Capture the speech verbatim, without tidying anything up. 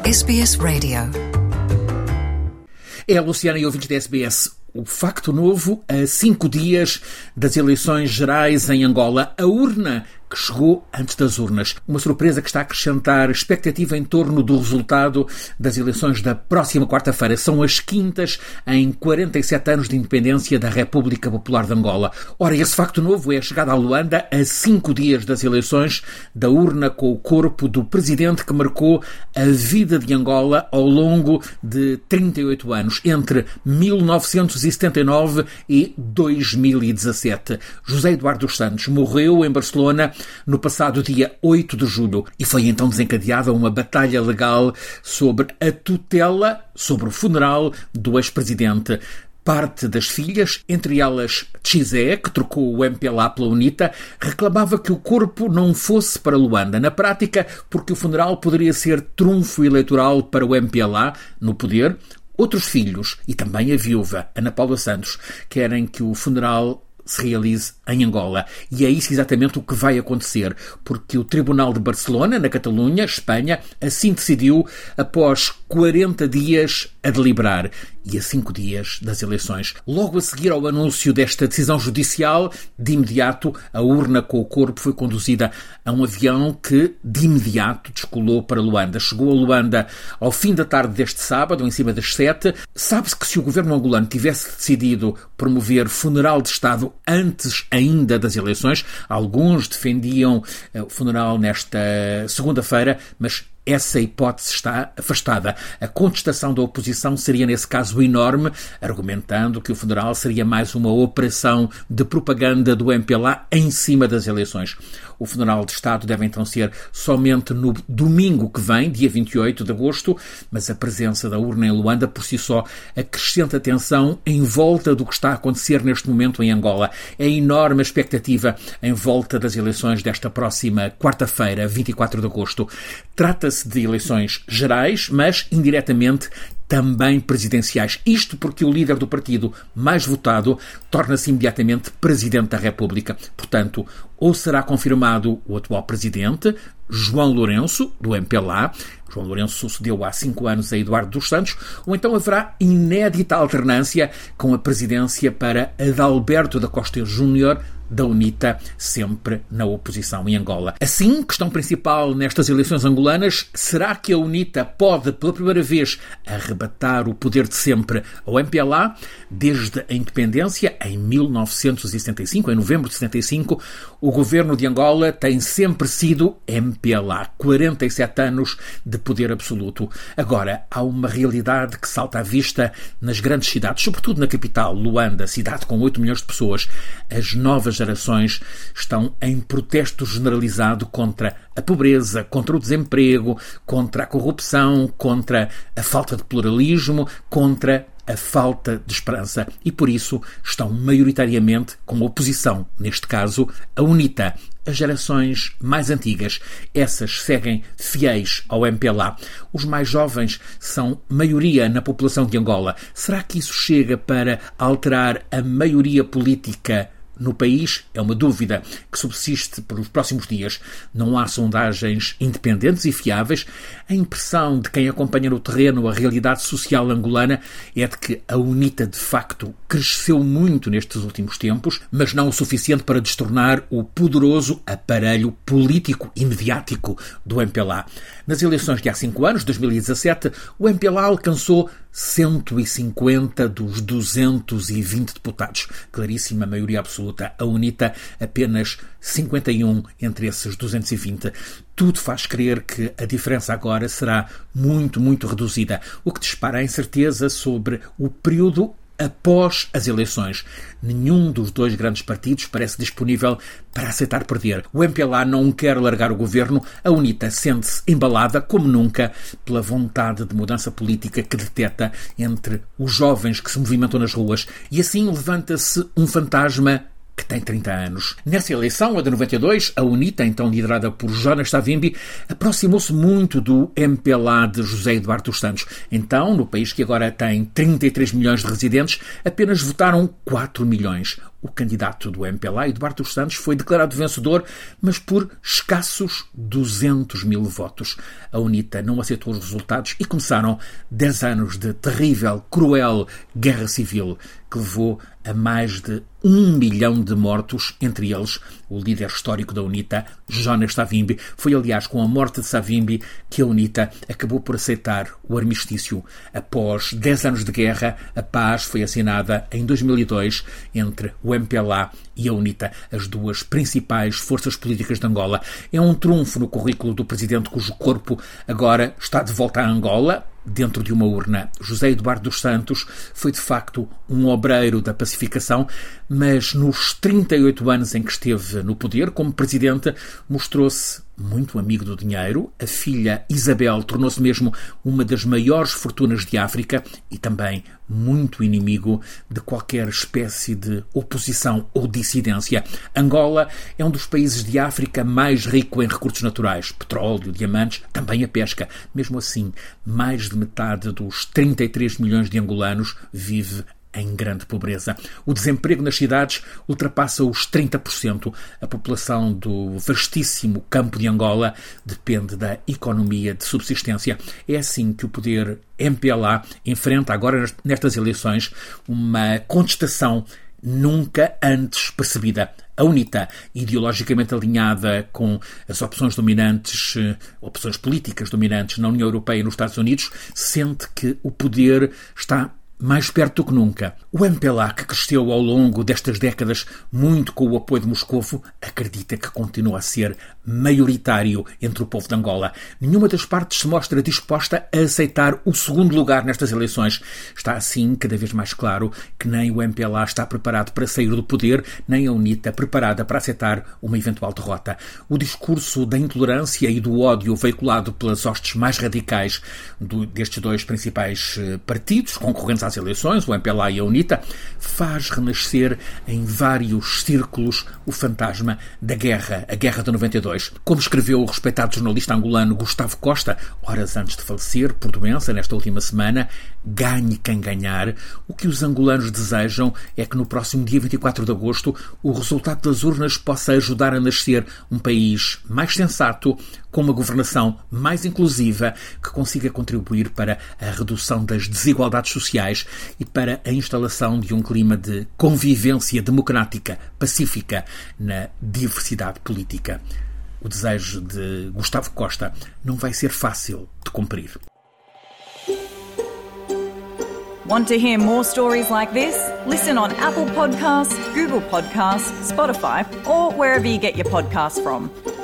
S B S Radio. É a Luciana e ouvintes da S B S. O facto novo a cinco dias das eleições gerais em Angola. A urna que chegou antes das urnas. Uma surpresa que está a acrescentar expectativa em torno do resultado das eleições da próxima quarta-feira. São as quintas em quarenta e sete anos de independência da República Popular de Angola. Ora, esse facto novo é a chegada a Luanda a cinco dias das eleições, da urna com o corpo do presidente que marcou a vida de Angola ao longo de trinta e oito anos, entre mil novecentos e setenta e nove e dois mil e dezassete. José Eduardo dos Santos morreu em Barcelona no passado dia oito de julho e foi então desencadeada uma batalha legal sobre a tutela sobre o funeral do ex-presidente. Parte das filhas, entre elas Tchizé, que trocou o M P L A pela UNITA, reclamava que o corpo não fosse para Luanda. Na prática, porque o funeral poderia ser trunfo eleitoral para o M P L A no poder. Outros filhos, e também a viúva, Ana Paula Santos, querem que o funeral se realize em Angola. E é isso exatamente o que vai acontecer, porque o Tribunal de Barcelona, na Catalunha, Espanha, assim decidiu após quarenta dias a deliberar e a cinco dias das eleições. Logo a seguir ao anúncio desta decisão judicial, de imediato a urna com o corpo foi conduzida a um avião que de imediato descolou para Luanda. Chegou a Luanda ao fim da tarde deste sábado, em cima das sete. Sabe-se que se o governo angolano tivesse decidido promover funeral de Estado antes ainda das eleições, alguns defendiam o funeral nesta segunda-feira, mas essa hipótese está afastada. A contestação da oposição seria, nesse caso, enorme, argumentando que o funeral seria mais uma operação de propaganda do M P L A em cima das eleições. O funeral de Estado deve então ser somente no domingo que vem, dia vinte e oito de agosto, mas a presença da urna em Luanda, por si só, acrescenta tensão em volta do que está a acontecer neste momento em Angola. É enorme a expectativa em volta das eleições desta próxima quarta-feira, vinte e quatro de agosto. Trata-se de eleições gerais, mas indiretamente também presidenciais. Isto porque o líder do partido mais votado torna-se imediatamente Presidente da República. Portanto, ou será confirmado o atual Presidente, João Lourenço, do M P L A. João Lourenço sucedeu há cinco anos a Eduardo dos Santos, ou então haverá inédita alternância com a presidência para Adalberto da Costa Júnior, da UNITA, sempre na oposição em Angola. Assim, questão principal nestas eleições angolanas, será que a UNITA pode, pela primeira vez, arrebatar o poder de sempre ao M P L A? Desde a independência, em mil novecentos e setenta e cinco, em novembro de setenta e cinco, o governo de Angola tem sempre sido M P L A. quarenta e sete anos de poder absoluto. Agora, há uma realidade que salta à vista nas grandes cidades, sobretudo na capital, Luanda, cidade com oito milhões de pessoas. As novas gerações estão em protesto generalizado contra a pobreza, contra o desemprego, contra a corrupção, contra a falta de pluralismo, contra a falta de esperança. E por isso estão maioritariamente com oposição, neste caso a UNITA. As gerações mais antigas, essas seguem fiéis ao M P L A. Os mais jovens são maioria na população de Angola. Será que isso chega para alterar a maioria política no país? É uma dúvida que subsiste pelos próximos dias. Não há sondagens independentes e fiáveis. A impressão de quem acompanha no terreno a realidade social angolana é de que a UNITA, de facto, cresceu muito nestes últimos tempos, mas não o suficiente para destornar o poderoso aparelho político e mediático do M P L A. Nas eleições de há cinco anos, dois mil e dezassete, o M P L A alcançou cento e cinquenta dos duzentos e vinte deputados. Claríssima maioria absoluta. A UNITA apenas cinquenta e um entre esses duzentos e vinte. Tudo faz crer que a diferença agora será muito, muito reduzida, o que dispara a incerteza sobre o período após as eleições. Nenhum dos dois grandes partidos parece disponível para aceitar perder. O M P L A não quer largar o governo, a UNITA sente-se embalada, como nunca, pela vontade de mudança política que detecta entre os jovens que se movimentam nas ruas, e assim levanta-se um fantasma que tem trinta anos. Nessa eleição, a de noventa e dois, a UNITA, então liderada por Jonas Savimbi, aproximou-se muito do M P L A de José Eduardo dos Santos. Então, no país que agora tem trinta e três milhões de residentes, apenas votaram quatro milhões. O candidato do M P L A, Eduardo dos Santos, foi declarado vencedor, mas por escassos duzentos mil votos. A UNITA não aceitou os resultados e começaram dez anos de terrível, cruel guerra civil que levou a mais de um milhão de mortos, entre eles o líder histórico da UNITA, Jonas Savimbi. Foi, aliás, com a morte de Savimbi que a UNITA acabou por aceitar o armistício. Após dez anos de guerra, a paz foi assinada em dois mil e dois entre o M P L A e a UNITA, as duas principais forças políticas de Angola. É um trunfo no currículo do presidente cujo corpo agora está de volta a Angola, dentro de uma urna. José Eduardo dos Santos foi, de facto, um obreiro da pacificação, mas nos trinta e oito anos em que esteve no poder, como presidente, mostrou-se muito amigo do dinheiro. A filha Isabel tornou-se mesmo uma das maiores fortunas de África e também muito inimigo de qualquer espécie de oposição ou dissidência. Angola é um dos países de África mais rico em recursos naturais, petróleo, diamantes, também a pesca. Mesmo assim, mais de metade dos trinta e três milhões de angolanos vive em grande pobreza. O desemprego nas cidades ultrapassa os trinta por cento. A população do vastíssimo campo de Angola depende da economia de subsistência. É assim que o poder M P L A enfrenta agora nestas eleições uma contestação nunca antes percebida. A UNITA, ideologicamente alinhada com as opções dominantes, opções políticas dominantes na União Europeia e nos Estados Unidos, sente que o poder está mais perto do que nunca. O M P L A, que cresceu ao longo destas décadas muito com o apoio de Moscovo, acredita que continua a ser maioritário entre o povo de Angola. Nenhuma das partes se mostra disposta a aceitar o segundo lugar nestas eleições. Está assim cada vez mais claro que nem o M P L A está preparado para sair do poder, nem a UNITA preparada para aceitar uma eventual derrota. O discurso da intolerância e do ódio veiculado pelas hostes mais radicais do, destes dois principais partidos, concorrentes às eleições, o M P L A e a UNITA, faz renascer em vários círculos o fantasma da guerra, a Guerra de noventa e dois. Como escreveu o respeitado jornalista angolano Gustavo Costa, horas antes de falecer por doença nesta última semana, ganhe quem ganhar, o que os angolanos desejam é que no próximo dia vinte e quatro de agosto o resultado das urnas possa ajudar a nascer um país mais sensato, com uma governação mais inclusiva, que consiga contribuir para a redução das desigualdades sociais e para a instalação de um clima de convivência democrática, pacífica, na diversidade política. O desejo de Gustavo Costa não vai ser fácil de cumprir. Want to hear more stories like this? Listen on Apple Podcasts, Google Podcasts, Spotify, or wherever you get your podcasts from.